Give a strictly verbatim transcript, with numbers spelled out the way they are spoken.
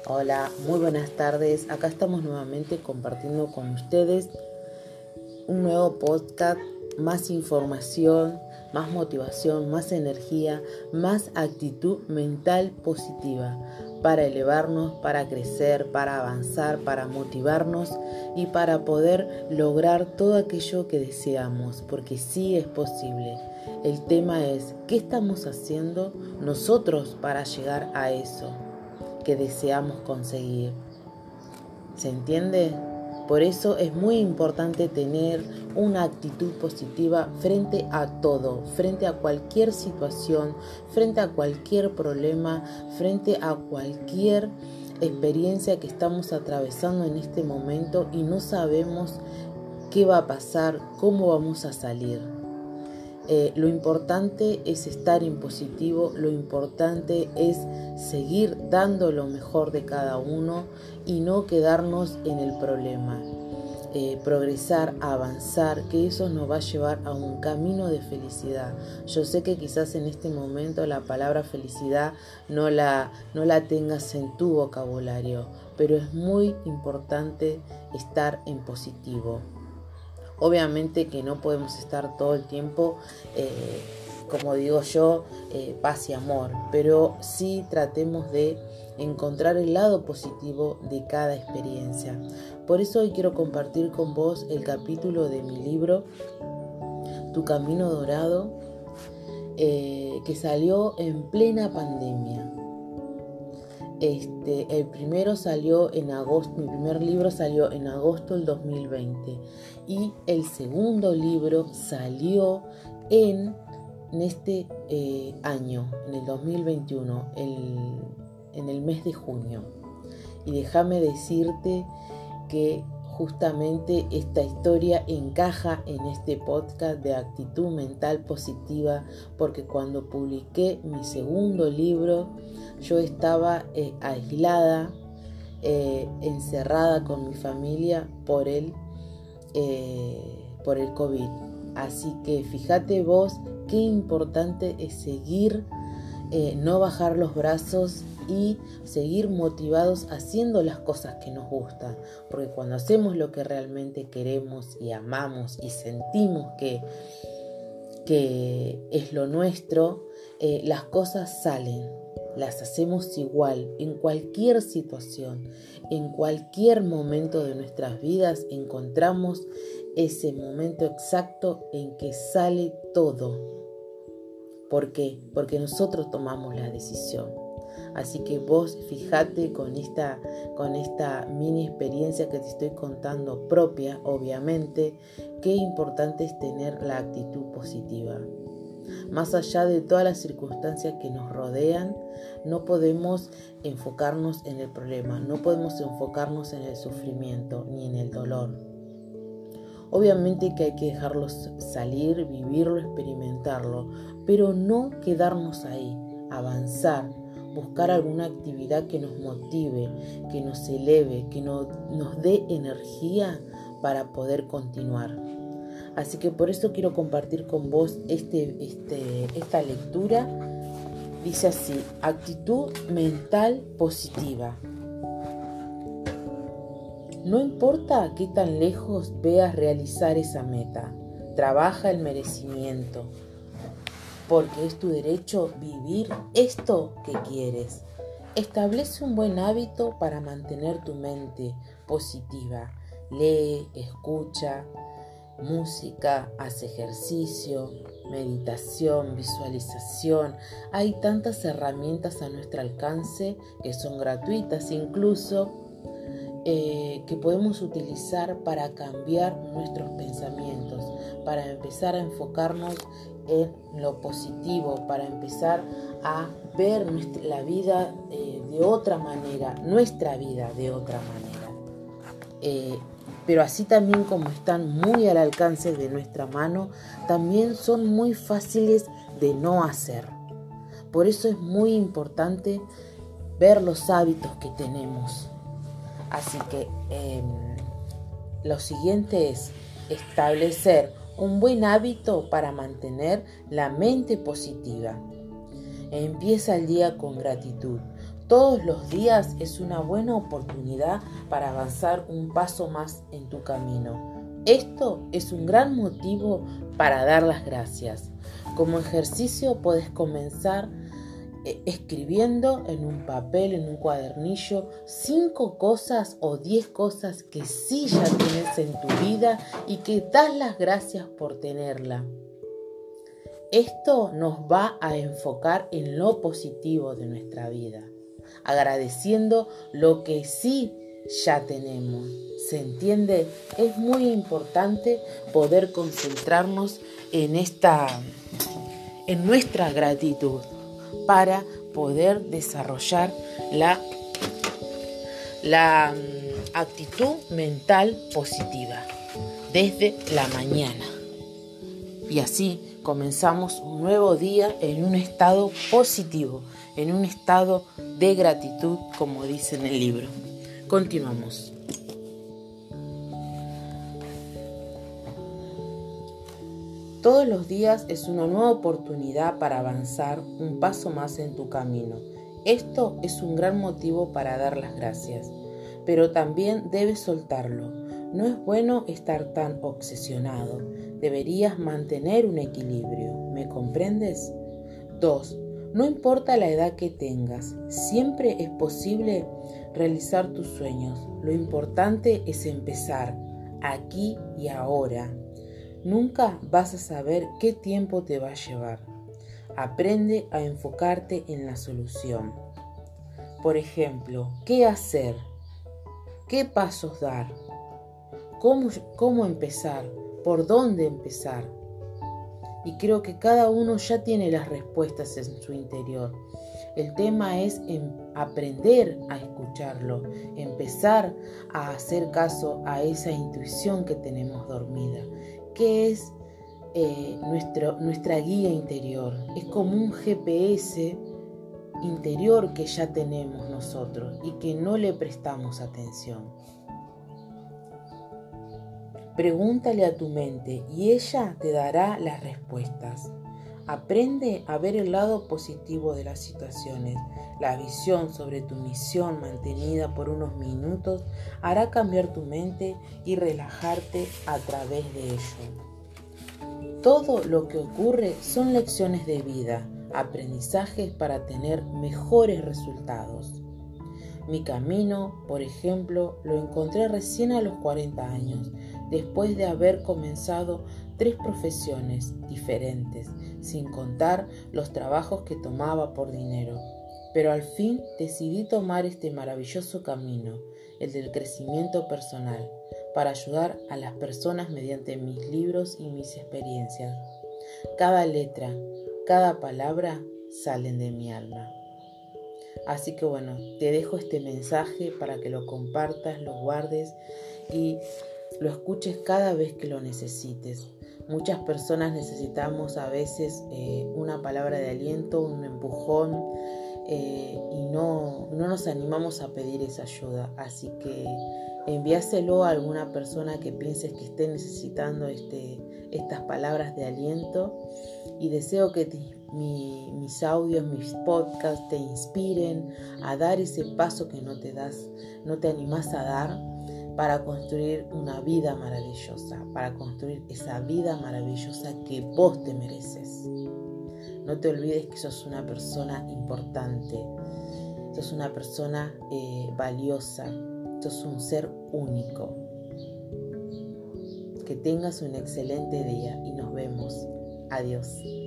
Hola, muy buenas tardes. Acá estamos nuevamente compartiendo con ustedes un nuevo podcast, más información, más motivación, más energía, más actitud mental positiva para elevarnos, para crecer, para avanzar, para motivarnos y para poder lograr todo aquello que deseamos, porque sí es posible. El tema es, ¿qué estamos haciendo nosotros para llegar a eso que deseamos conseguir? ¿Se entiende? Por eso es muy importante tener una actitud positiva frente a todo, frente a cualquier situación, frente a cualquier problema, frente a cualquier experiencia que estamos atravesando en este momento y no sabemos qué va a pasar, cómo vamos a salir. Eh, lo importante es estar en positivo, lo importante es seguir dando lo mejor de cada uno y no quedarnos en el problema. Eh, progresar, avanzar, que eso nos va a llevar a un camino de felicidad. Yo sé que quizás en este momento la palabra felicidad no la, no la tengas en tu vocabulario, pero es muy importante estar en positivo. Obviamente que no podemos estar todo el tiempo, eh, como digo yo, eh, paz y amor, pero sí tratemos de encontrar el lado positivo de cada experiencia. Por eso hoy quiero compartir con vos el capítulo de mi libro, Tu Camino Dorado, eh, que salió en plena pandemia. Este, el primero salió en agosto, mi primer libro salió en agosto del dos mil veinte y el segundo libro salió en, en este eh, año, en el dos mil veintiuno, el, en el mes de junio. Y déjame decirte que justamente esta historia encaja en este podcast de actitud mental positiva, porque cuando publiqué mi segundo libro, yo estaba eh, aislada, eh, encerrada con mi familia por el, eh, por el COVID. Así que fíjate vos qué importante es seguir, eh, no bajar los brazos y seguir motivados haciendo las cosas que nos gustan, porque cuando hacemos lo que realmente queremos y amamos y sentimos que, que es lo nuestro, eh, las cosas salen, las hacemos igual en cualquier situación, en cualquier momento de nuestras vidas encontramos ese momento exacto en que sale todo. ¿Por qué? Porque nosotros tomamos la decisión. Así que vos fíjate con esta, con esta mini experiencia que te estoy contando propia, obviamente, qué importante es tener la actitud positiva. Más allá de todas las circunstancias que nos rodean, no podemos enfocarnos en el problema, no podemos enfocarnos en el sufrimiento ni en el dolor. Obviamente que hay que dejarlos salir, vivirlo, experimentarlo, pero no quedarnos ahí, avanzar, buscar alguna actividad que nos motive, que nos eleve, que no, nos dé energía para poder continuar. Así que por eso quiero compartir con vos este, este, esta lectura. Dice así: actitud mental positiva. No importa qué tan lejos veas realizar esa meta, trabaja el merecimiento, porque es tu derecho vivir esto que quieres. Establece un buen hábito para mantener tu mente positiva. Lee, escucha música, haz ejercicio, meditación, visualización. Hay tantas herramientas a nuestro alcance que son gratuitas incluso, eh, que podemos utilizar para cambiar nuestros pensamientos, para empezar a enfocarnos en lo positivo, para empezar a ver nuestra, la vida eh, de otra manera, nuestra vida de otra manera. Eh, pero así también como están muy al alcance de nuestra mano, también son muy fáciles de no hacer. Por eso es muy importante ver los hábitos que tenemos. Así que eh, lo siguiente es establecer un buen hábito para mantener la mente positiva. Empieza el día con gratitud. Todos los días es una buena oportunidad para avanzar un paso más en tu camino. Esto es un gran motivo para dar las gracias. Como ejercicio puedes comenzar escribiendo en un papel, en un cuadernillo, cinco cosas o diez cosas que sí ya tienes en tu vida y que das las gracias por tenerla. Esto nos va a enfocar en lo positivo de nuestra vida, agradeciendo lo que sí ya tenemos. ¿Se entiende? Es muy importante poder concentrarnos en esta, en nuestra gratitud para poder desarrollar la, la actitud mental positiva desde la mañana. Y así comenzamos un nuevo día en un estado positivo, en un estado de gratitud, como dice en el libro. Continuamos. Todos los días es una nueva oportunidad para avanzar un paso más en tu camino. Esto es un gran motivo para dar las gracias, pero también debes soltarlo. No es bueno estar tan obsesionado. Deberías mantener un equilibrio. ¿Me comprendes? dos. No importa la edad que tengas, siempre es posible realizar tus sueños. Lo importante es empezar aquí y ahora. Nunca vas a saber qué tiempo te va a llevar. Aprende a enfocarte en la solución. Por ejemplo, ¿qué hacer? ¿Qué pasos dar? ¿Cómo, cómo empezar? ¿Por dónde empezar? Y creo que cada uno ya tiene las respuestas en su interior. El tema es en aprender a escucharlo, empezar a hacer caso a esa intuición que tenemos dormida, que es eh, nuestro, nuestra guía interior. Es como un G P S interior que ya tenemos nosotros y que no le prestamos atención. Pregúntale a tu mente y ella te dará las respuestas. Aprende a ver el lado positivo de las situaciones. La visión sobre tu misión mantenida por unos minutos hará cambiar tu mente y relajarte a través de ello. Todo lo que ocurre son lecciones de vida, aprendizajes para tener mejores resultados. Mi camino, por ejemplo, lo encontré recién a los cuarenta años, después de haber comenzado tres profesiones diferentes, sin contar los trabajos que tomaba por dinero. Pero al fin decidí tomar este maravilloso camino, el del crecimiento personal, para ayudar a las personas mediante mis libros y mis experiencias. Cada letra, cada palabra salen de mi alma. Así que bueno, te dejo este mensaje para que lo compartas, lo guardes y lo escuches cada vez que lo necesites. Muchas personas necesitamos a veces eh, una palabra de aliento, un empujón eh, y no, no nos animamos a pedir esa ayuda. Así que envíaselo a alguna persona que pienses que esté necesitando este, estas palabras de aliento y deseo que te, mi, mis audios, mis podcasts te inspiren a dar ese paso que no te das, no te animás a dar, para construir una vida maravillosa, para construir esa vida maravillosa que vos te mereces. No te olvides que sos una persona importante, sos una persona eh, valiosa, sos un ser único. Que tengas un excelente día y nos vemos. Adiós.